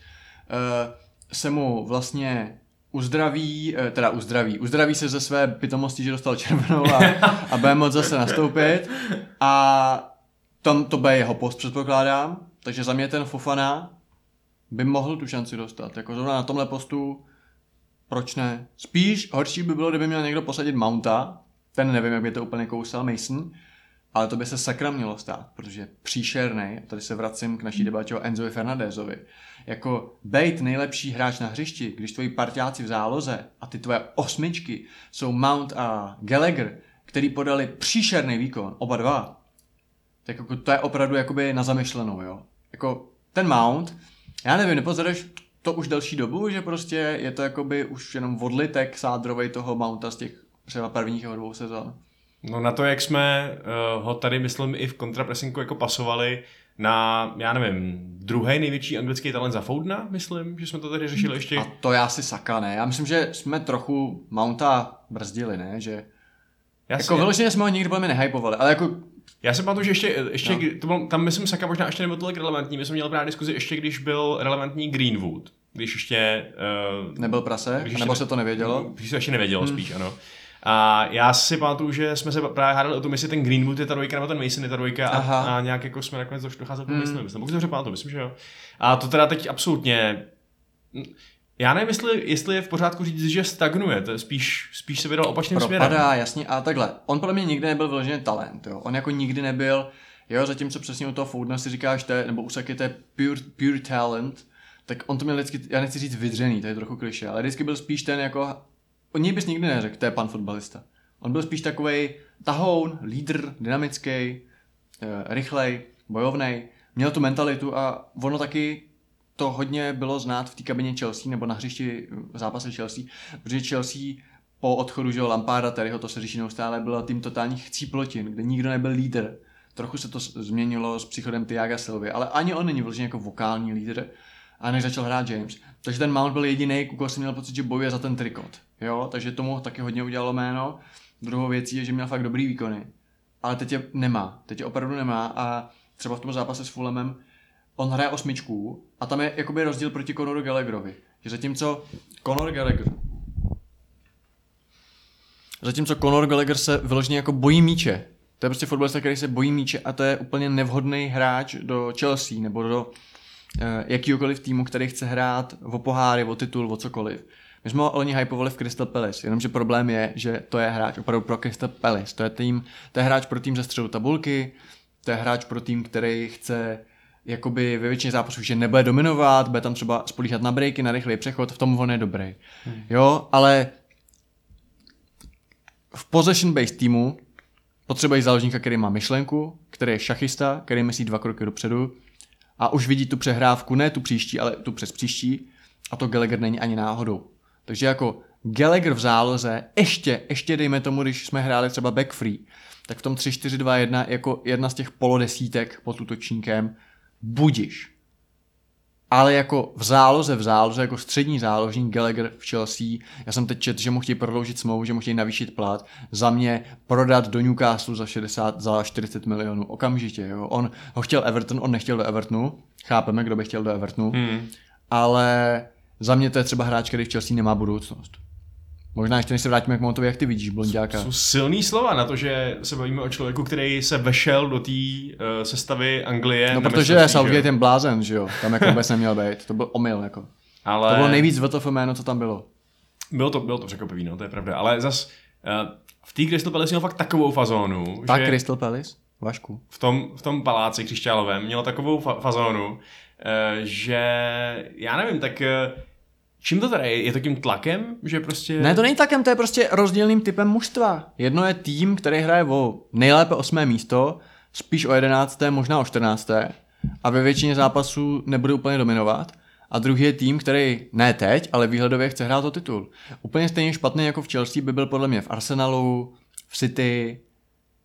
B: se mu vlastně uzdraví, teda uzdraví, uzdraví se ze své pitomosti, že dostal červenou a, a bude moct zase nastoupit a tam to bude jeho post, předpokládám, takže za mě ten Fofana by mohl tu šanci dostat, jako zrovna na tomhle postu, proč ne? Spíš horší by bylo, kdyby měl někdo posadit Mounta, ten nevím, jak by to úplně kousal Mason, ale to by se sakra mělo stát, protože příšernej, tady se vracím k naší debatě o Enzovi Fernandezovi, jako bejt nejlepší hráč na hřišti, když tvoji parťáci v záloze a ty tvoje osmičky jsou Mount a Gallagher, který podali příšerný výkon, oba dva, tak jako to je opravdu jakoby na zamyšlenou, jo. Jako ten Mount, já nevím, nepozoruješ to už delší dobu, že prostě je to jakoby už jenom odlitek sádrovej toho Mounta z těch třeba prvních a dvou sezon.
C: No na to, jak jsme uh, ho tady, myslím, i v kontrapresinku jako pasovali na, já nevím, druhý největší anglický talent za Foudna, myslím, že jsme to tady řešili ještě.
B: A to já si saka, ne? Já myslím, že jsme trochu Mounta brzdili, ne? Že jako vyloženě jsme ho nikdy podle mě nehypovali, ale jako...
C: Já si pamatuju, že ještě, ještě
B: no.
C: to byl, tam myslím, Saka možná ještě nebyl tolik relevantní, my jsme měli právě diskuzi ještě, když byl relevantní Greenwood, když ještě... Uh,
B: Nebyl prase,
C: když
B: nebo
C: ještě,
B: se to nevědělo?
C: Když se ještě nevědělo hmm. spíš, ano. A já si pamatuju, že jsme se právě hádali o tom, jestli ten Greenwood je ta dvojka, nebo ten Mason je ta dvojka a, a nějak jako jsme nakonec docházeli k tomu Masonovi, myslím. Pokud to pamatuju, myslím, že jo. A to teda teď absolutně... Já nevím, jestli, jestli je v pořádku říct, že stagnuje, to spíš, spíš se vydal opačným
B: Propadá,
C: směrem.
B: Propadá, jasně, a takhle. On podle mě nikdy nebyl vyloženě talent, jo. On jako nikdy nebyl, jo, zatímco přesně u toho Foudna si říkáš, to je, nebo u Saky to je pure, pure talent, tak on to měl vždycky, já nechci říct vydřený, to je trochu klišé, ale vždycky byl spíš ten jako, o něj bys nikdy neřekl, to je pan fotbalista. On byl spíš takovej tahoun, lídr, dynamický, rychlej, bojovnej, měl tu mentalitu a ono taky to hodně bylo znát v té kabině Chelsea nebo na hřišti v zápase Chelsea, protože Chelsea po odchodu že Lamparda, Terryho, to se řeší neustále, bylo tým totálních chcíplotin, kde nikdo nebyl lídr. Trochu se to změnilo s příchodem Thiaga Silvy, ale ani on není vložený jako vokální lídr, a než začal hrát James. Takže ten Mount byl jediný, u koho jsem měl pocit, že bojuje za ten trikot. Jo? Takže tomu taky hodně udělalo jméno. Druhou věcí je, že měl fakt dobrý výkony. Ale teď je nemá. Teď je opravdu nemá a třeba v tom zápase s Fulhamem on hraje osmičku a tam je jakoby rozdíl proti Conoru Gallagherovi. Že zatímco Conor Gallagher zatímco Conor Gallagher se vyloženě jako bojí míče. To je prostě fotbalista, který se bojí míče a to je úplně nevhodný hráč do Chelsea nebo do uh, jakýhokoliv týmu, který chce hrát o poháry, o titul, o cokoliv. My jsme ho loni hypovali v Crystal Palace, jenomže problém je, že to je hráč opravdu pro Crystal Palace. To je, tým, to je hráč pro tým ze středu tabulky, to je hráč pro tým, který chce jakoby ve většině zápasů, že nebude dominovat, bude tam třeba spolíhat na breaky, na rychlý přechod, v tom on je dobrý. Hmm. Jo, ale v possession-based týmu potřebují záložníka, který má myšlenku, který je šachista, který myslí dva kroky dopředu a už vidí tu přehrávku, ne tu příští, ale tu přes příští a to Gallagher není ani náhodou. Takže jako Gallagher v záloze, ještě, ještě dejme tomu, když jsme hráli třeba back free, tak v tom tři čtyři dva jedna jako jedna z těch polodesítek pod útočníkem budiš. Ale jako v záloze, v záloze, jako střední záložník Gallagher v Chelsea, já jsem teď četl, že mu chtějí prodloužit smlouvu, že mu chtějí navýšit plat, za mě prodat do Newcastle za šedesát, za čtyřicet milionů, okamžitě, jo. On ho chtěl Everton, on nechtěl do Evertonu, chápeme, kdo by chtěl do Evertonu, hmm. ale za mě to je třeba hráč, který v Chelsea nemá budoucnost. Možná ještě než se vrátíme k Mountovi, jak ty vidíš, blonďáka.
C: Jsou silný slova na to, že se bavíme o člověku, který se vešel do té uh, sestavy Anglie.
B: No protože Southgate ten blázen, že jo, tam jako vůbec neměl být, to byl omyl jako. Ale... To bylo nejvíc V T F jméno, co tam bylo.
C: Bylo to, bylo to překvapivý, no, to je pravda, ale zas uh, v té Crystal Palace měl fakt takovou fazónu.
B: Tak že Crystal Palace? Vašku.
C: V tom, v tom paláci křišťálovém měl takovou fa- fazónu, uh, že já nevím, tak... Uh, čím to teda je? Je to tím tlakem, že prostě...
B: Ne, to není tlakem, to je prostě rozdílným typem mužstva. Jedno je tým, který hraje o nejlépe osmé místo, spíš o jedenácté, možná o čtrnácté a ve většině zápasů nebude úplně dominovat. A druhý je tým, který ne teď, ale výhledově chce hrát o titul. Úplně stejně špatný jako v Chelsea by byl podle mě v Arsenalu, v City,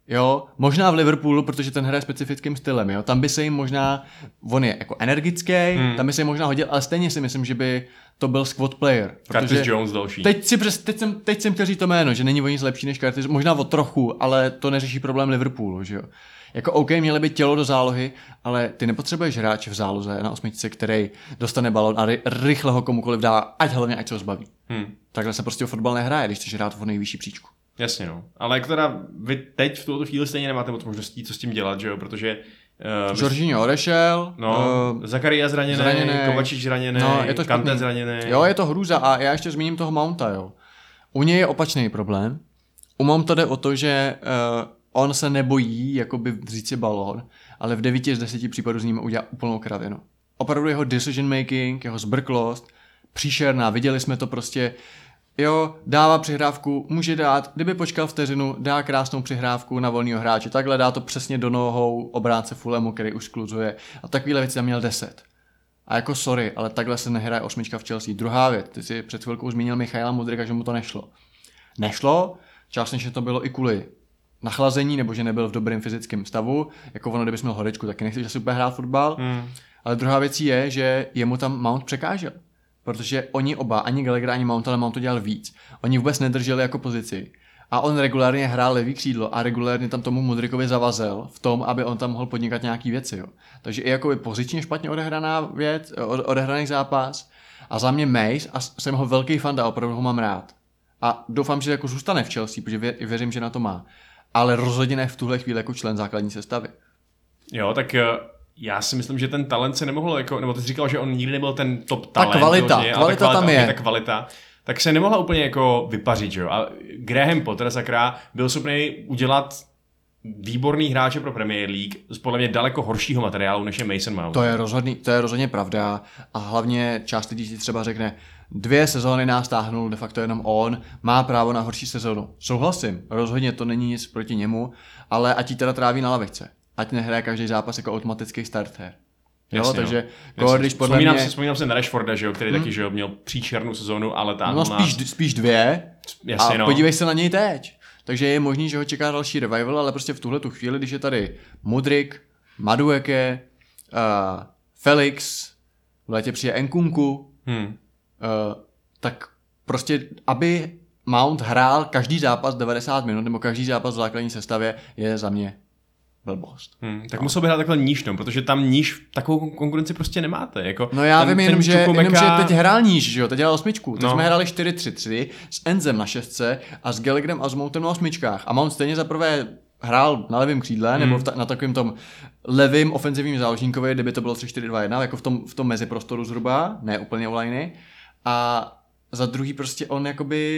B: Jo, možná v Liverpoolu, protože ten hraje specifickým stylem, jo. Tam by se jim možná, on je jako energický, hmm. tam by se jim možná hodil, ale stejně si myslím, že by to byl squad player.
C: Curtis Jones další.
B: Teď, si přes, teď, jsem, teď jsem chtěl říct to jméno, že není o nic lepší než Curtis, možná o trochu, ale to neřeší problém Liverpoolu, že jo. Jako OK, měli by tělo do zálohy, ale ty nepotřebuješ hráče v záloze na osmičce, který dostane balon a ry, rychle ho komukoliv dá, ať hlavně ať se ho zbaví. Hmm. Takhle se prostě o fotbal nehraje, když chceš hrát o nejvyšší příčku.
C: Jasně, no. Ale jako teda vy teď v tuto chvíli stejně nemáte moc možností, co s tím dělat, že jo, protože... Uh,
B: Jorginho odešel.
C: No, uh, Zakaria zraněný, zraněný, Kovačič zraněný,
B: no, je to
C: Kanté zraněný.
B: Jo, je to hrůza a já ještě zmíním toho Mounta, jo. U něj je opačný problém. U Mounta jde o to, že uh, on se nebojí jakoby vzít si balón, ale v devíti z deseti případů s ním udělá úplnou kravinu. Opravdu jeho decision making, jeho zbrklost, příšerná, viděli jsme to prostě. Jo, dává přihrávku, může dát, kdyby počkal vteřinu, dá krásnou přihrávku na volného hráče, takhle dá to přesně do nohou obránce Fulhamu, který už skluzuje. A takovýhle věci tam měl deset. A jako sorry, ale takhle se nehraje osmička v Chelsea. Druhá věc, ty si před chvilkou zmínil Michaila Mudryka, že mu to nešlo. Nešlo, částečně to bylo i kvůli nachlazení, nebo že nebyl v dobrém fyzickém stavu, jako ono, kdybys měl horečku, taky nechceš asi úplně hrát fotbal. Mm. Ale druhá věc je, že jemu tam Mount překážel. Protože oni oba, ani Gallagher, ani Mount, ale Mount to dělal víc. Oni vůbec nedrželi jako pozici. A on regulárně hrál levý křídlo a regulárně tam tomu Mudrykovi zavazel v tom, aby on tam mohl podnikat nějaký věci. Jo. Takže i jako pozičně špatně odehraná věc, odehraný zápas. A za mě Mace, a jsem ho velký fan, a opravdu ho mám rád. A doufám, že jako zůstane v Chelsea, protože vě, věřím, že na to má. Ale rozhodně ne v tuhle chvíli jako člen základní sestavy.
C: Jo, tak já si myslím, že ten talent se nemohl, jako, nebo ty jsi říkal, že on nikdy nebyl ten top talent.
B: Ta kvalita,
C: je,
B: kvalita
C: ta
B: tam je.
C: Ta kvalita, tak se nemohla úplně jako vypařit, že jo. A Graham Potter, sakra, byl schopný udělat výborný hráče pro Premier League z podle mě daleko horšího materiálu, než je Mason Mount.
B: To je rozhodný, to je rozhodně pravda a hlavně část lidí si třeba řekne, dvě sezóny nás táhnul de facto jenom on, má právo na horší sezónu. Souhlasím, rozhodně to není nic proti němu, ale ať ji teda tráví na lavičce. Ať nehraje každý zápas jako automatický starter. Jo,
C: jasně,
B: takže
C: no.
B: Ko, když podle
C: vzpomínám,
B: mě...
C: si, vzpomínám se na Rashforda, že jo, který hmm. taky že jo, měl příčernou sezónu, ale táhnul
B: no, spíš,
C: na...
B: spíš dvě
C: jasně,
B: a
C: no.
B: podívej se na něj teď. Takže je možný, že ho čeká další revival, ale prostě v tuhle tu chvíli, když je tady Mudryk, Madueke, uh, Felix, v létě přijde Nkunku, hmm. uh, tak prostě, aby Mount hrál každý zápas devadesát minut, nebo každý zápas v základní sestavě, je za mě blbost.
C: Hmm, tak no. musel by hrát takhle níž, no, protože tam níž takovou konkurenci prostě nemáte. Jako
B: no já
C: ten,
B: vím, jenom, že,
C: Čukumeka...
B: jenom že teď hrál níž, že jo, teď dělal osmičku. Teď
C: no.
B: jsme hráli čtyři tři tři s Enzem na šestce a s Gallagherem a s Mountem na osmičkách. A Mount stejně zaprvé hrál na levém křídle, hmm. nebo ta, na takovém tom levém ofenzivním záložníkovi, kdyby to bylo tři čtyři dva jedna, jako v tom, v tom meziprostoru zhruba, ne úplně online. A za druhý prostě on jakoby...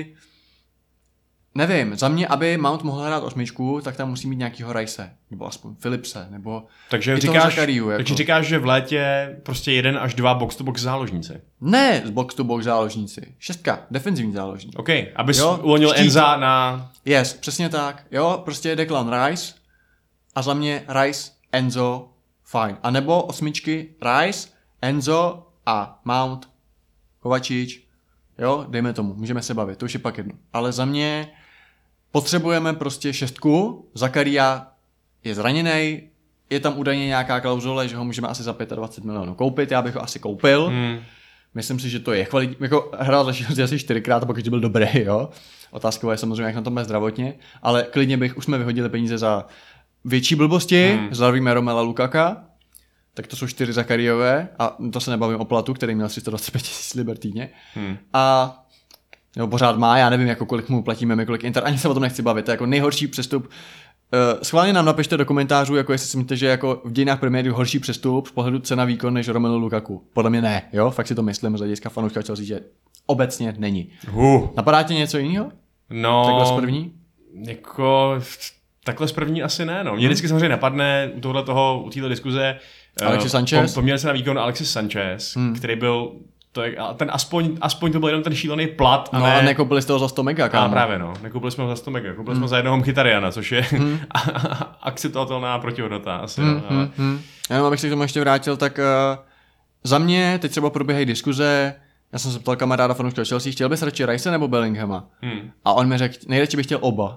B: Nevím, za mě, aby Mount mohl hrát osmičku, tak tam musí mít nějakýho Rice, nebo aspoň Philipse, nebo
C: takže
B: i
C: říkáš,
B: toho Zakariu. Jako.
C: Takže říkáš, že v létě prostě jeden až dva box-to-box záložníci.
B: Ne, z box-to-box záložníci. Šestka, defenzivní záložník.
C: OK, abys uvolnil Enza na...
B: Yes, přesně tak. Jo, prostě Declan Rice a za mě Rice, Enzo, fajn. A nebo osmičky Rice, Enzo a Mount, Kovačič. Jo, dejme tomu, můžeme se bavit, to už je pak jedno. Ale za mě potřebujeme prostě šestku, Zakaria je zraněný, je tam údajně nějaká klauzule, že ho můžeme asi za dvacet pět milionů koupit, já bych ho asi koupil. Hmm. Myslím si, že to je kvalitní, jako hrál za Chelsea asi čtyřikrát, a pokud byl dobrý, jo. Otázka je samozřejmě, jak na tom bude zdravotně, ale klidně bych, už jsme vyhodili peníze za větší blbosti, hmm. zdravíme Romela Lukaka, tak to jsou čtyři Zakariové a to se nebavím o platu, který měl tři sta dvacet pět tisíc liber týdně. Hmm. A jo, pořád má, já nevím, jako kolik mu platíme, my kolik Inter, ani se o tom nechci bavit, to je jako nejhorší přestup. Uh, schválně nám napište do komentářů, jako jestli si myslíte, že jako v dějinách Premier League horší přestup z pohledu cena výkon než Romelu Lukaku. Podle mě ne, jo, fakt si to myslím, z hlediska fanouška Chelsea, že obecně není. Uh. Napadá tě něco jiného?
C: No,
B: takhle z první?
C: Jako, takhle z první asi ne, no. Mě hmm. vždycky samozřejmě napadne u tohle toho, u této diskuze
B: Alexis Sanchez?
C: Poměl se na výkon Alexis Sanchez, hmm. který byl, to je, ten aspoň, aspoň to byl jenom ten šílený plat. A
B: no
C: ne...
B: a nekoupili jste ho za sto mega, kámo.
C: A právě no, nekoupili jsme ho za sto mega, koupili hmm. jsme ho za jednoho Mkhitarjana, což je hmm. akceptovatelná protihodnota asi. Hmm. No, ale...
B: hmm. Jenom abych se k tomu ještě vrátil, tak uh, za mě teď třeba probíhají diskuze, já jsem se ptal kamaráda fanouška Chelsea, chtěl bys radši Rice nebo Bellinghama? Hmm. A on mi řekl, nejradši bych chtěl oba.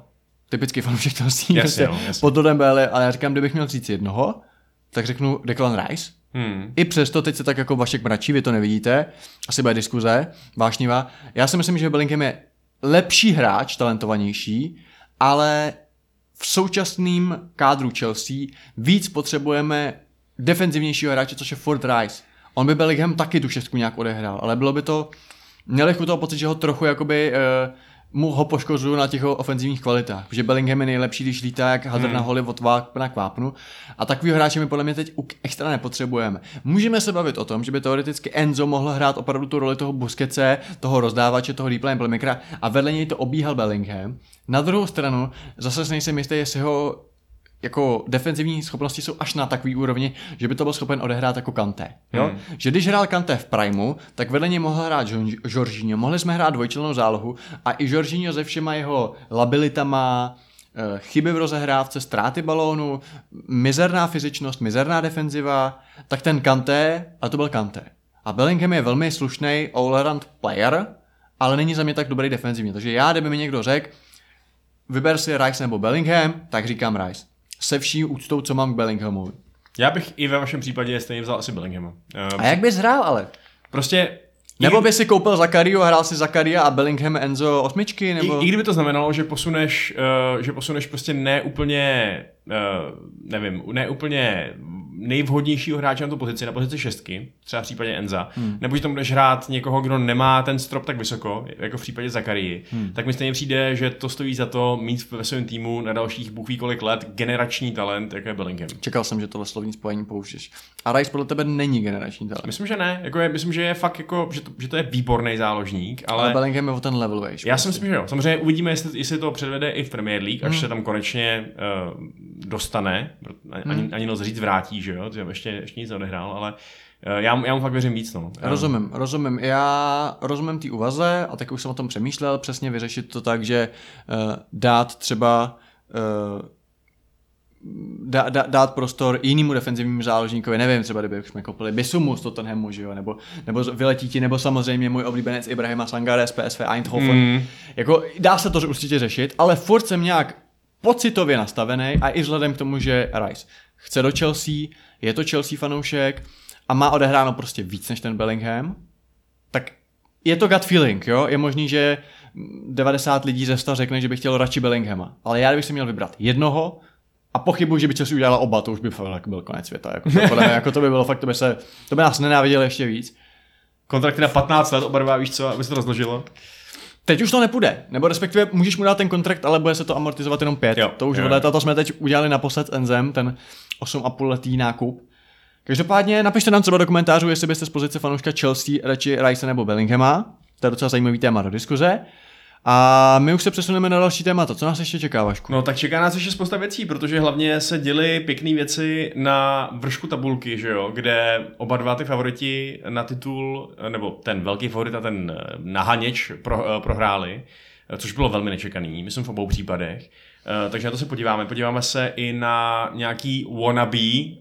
B: typický fanoušek Chelsea,
C: Jasně,
B: prostě
C: no, jasně.
B: pod Toddem Bailey, ale já říkám, kdybych měl říct jednoho, tak řeknu Declan Rice.
C: Hmm.
B: I přesto teď se tak jako Vašek mračí, vy to nevidíte, asi bude diskuze, vášnivá. Já si myslím, že Bellingham je lepší hráč, talentovanější, ale v současném kádru Chelsea víc potřebujeme defenzivnějšího hráče, což je Ford Rice. On by Bellingham taky tu šestku nějak odehrál, ale bylo by to, měl bych u toho pocit, že ho trochu jakoby uh, mu ho poškozuju na těch ofenzivních kvalitách, protože Bellingham je nejlepší, když lítá jak hadr hmm. na holi od vápna k vápnu a takovýho hráče my podle mě teď extra nepotřebujeme. Můžeme se bavit o tom, že by teoreticky Enzo mohl hrát opravdu tu roli toho Busquetse, toho rozdávače, toho deep line playmakera a vedle něj to obíhal Bellingham. Na druhou stranu zase si nejsem jistý, jestli ho jako defenzivní schopnosti jsou až na takový úrovni, že by to byl schopen odehrát jako Kanté. Jo? Hmm. Že když hrál Kanté v primu, tak vedle něj mohl hrát Jorginho, mohli jsme hrát dvojčlennou zálohu a i Jorginho se všema jeho labilitama, chyby v rozehrávce, ztráty balónu, mizerná fyzičnost, mizerná defenziva, tak ten Kanté, a to byl Kanté. A Bellingham je velmi slušný all-around player, ale není za mě tak dobrý defenzivně. Takže já, kdyby mi někdo řekl, vyber si Rice nebo Bellingham, tak říkám Rice. Se vší úctou, co mám k Bellinghamovi.
C: Já bych i ve vašem případě stejně vzal asi Bellinghama. Uh,
B: a jak bys hrál ale?
C: Prostě...
B: Nebo by si koupil Zakaria a hrál si Zakaria a Bellingham Enzo osmičky? Nebo...
C: I, I kdyby to znamenalo, že posuneš, uh, že posuneš prostě ne úplně, uh, nevím, ne úplně nejvhodnějšího hráče na tu pozici, na pozici šestky, třeba v případě Enza, hmm. nebo že tam budeš hrát někoho, kdo nemá ten strop tak vysoko, jako v případě Zakarii, hmm. tak mi stejně přijde, že to stojí za to mít ve svém týmu na dalších bůh ví kolik let generační talent, jako je Bellingham.
B: Čekal jsem, že tohle slovní spojení použiješ. A Rice podle tebe není generační talent.
C: Myslím, že ne. Jako je, myslím, že je fakt jako, že to, že to je výborný záložník, ale...
B: ale Bellingham je o ten level vejš.
C: Já si myslím, že jo. Samozřejmě uvidíme, jestli, jestli to předvede i v Premier League, až
B: hmm.
C: se tam konečně uh, dostane. Ani, hmm. ani noc říct vrátí, že jo. Ještě, ještě nic neodehrál, ale uh, já, já mu fakt věřím víc. No.
B: Rozumím, rozumím. Já rozumím té úvaze a tak už jsem o tom přemýšlel, přesně vyřešit to tak, že uh, dát třeba uh, Dá, dá, dát prostor jinému defenzivnímu záložníkovi, nevím, třeba kdyby jsme koupili Bisumu z Tottenhamu, že jo, nebo, nebo vyletí ti, nebo samozřejmě můj oblíbenec Ibrahima Sangare z P S V Eindhoven. Mm. Jako dá se to určitě řešit, ale furt jsem nějak pocitově nastavený a i vzhledem k tomu, že Rice chce do Chelsea, je to Chelsea fanoušek a má odehráno prostě víc než ten Bellingham, tak je to gut feeling, jo, je možný, že devadesát lidí ze sta řekne, že by chtěl radši Bellinghama, ale já bych si měl vybrat jednoho, a pochybuji, že by Chelsea udělala oba, to už by fakt byl konec světa. Jako to, podle mě, jako to by bylo fakt, to by, se, to by nás nenáviděli ještě víc.
C: Kontrakty na patnáct let, oba dva, víš co, aby se to rozložilo.
B: Teď už to nepůjde, nebo respektive můžeš mu dát ten kontrakt, ale bude se to amortizovat jenom pět. Jo, to už od léta, to jsme teď udělali naposled s Enzem, ten osm a půl letý nákup. Každopádně napište nám třeba do komentářů, jestli byste z pozice fanouška Chelsea radši Rice nebo Bellinghama. To je docela zajímavý téma do diskuze. A my už se přesuneme na další témata. Co nás ještě čeká, Vašku?
C: No tak čeká nás ještě spousta věcí, protože hlavně se děly pěkné věci na vršku tabulky, že jo, kde oba dva ty favoriti na titul, nebo ten velký favorit a ten nahaněč pro, prohráli, což bylo velmi nečekaný, myslím v obou případech. Takže na to se podíváme. Podíváme se i na nějaký wannabe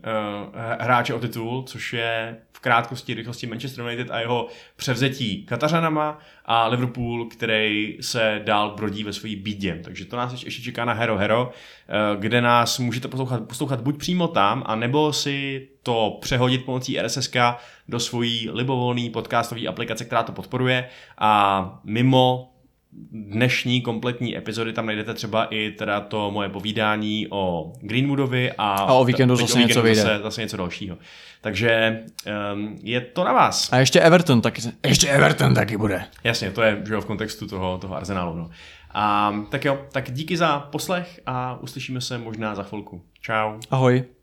C: hráče o titul, což je v krátkosti, rychlosti Manchester United a jeho převzetí Katařanama a Liverpool, který se dál brodí ve své bídě. Takže to nás ještě čeká na Hero Hero, kde nás můžete poslouchat, poslouchat buď přímo tam, anebo si to přehodit pomocí R S S ka do svojí libovolné podcastové aplikace, která to podporuje. A mimo dnešní kompletní epizody tam najdete třeba i teda to moje povídání o Greenwoodovi a,
B: a o víkendu zase, o víkendu něco vyjde.
C: Zase, zase něco dalšího. Takže um, je to na vás.
B: A ještě Everton taky. Ještě Everton taky bude.
C: Jasně, to je že jo, v kontextu toho, toho Arsenalu. No. A, tak jo, tak díky za poslech a uslyšíme se možná za chvilku. Čau.
B: Ahoj.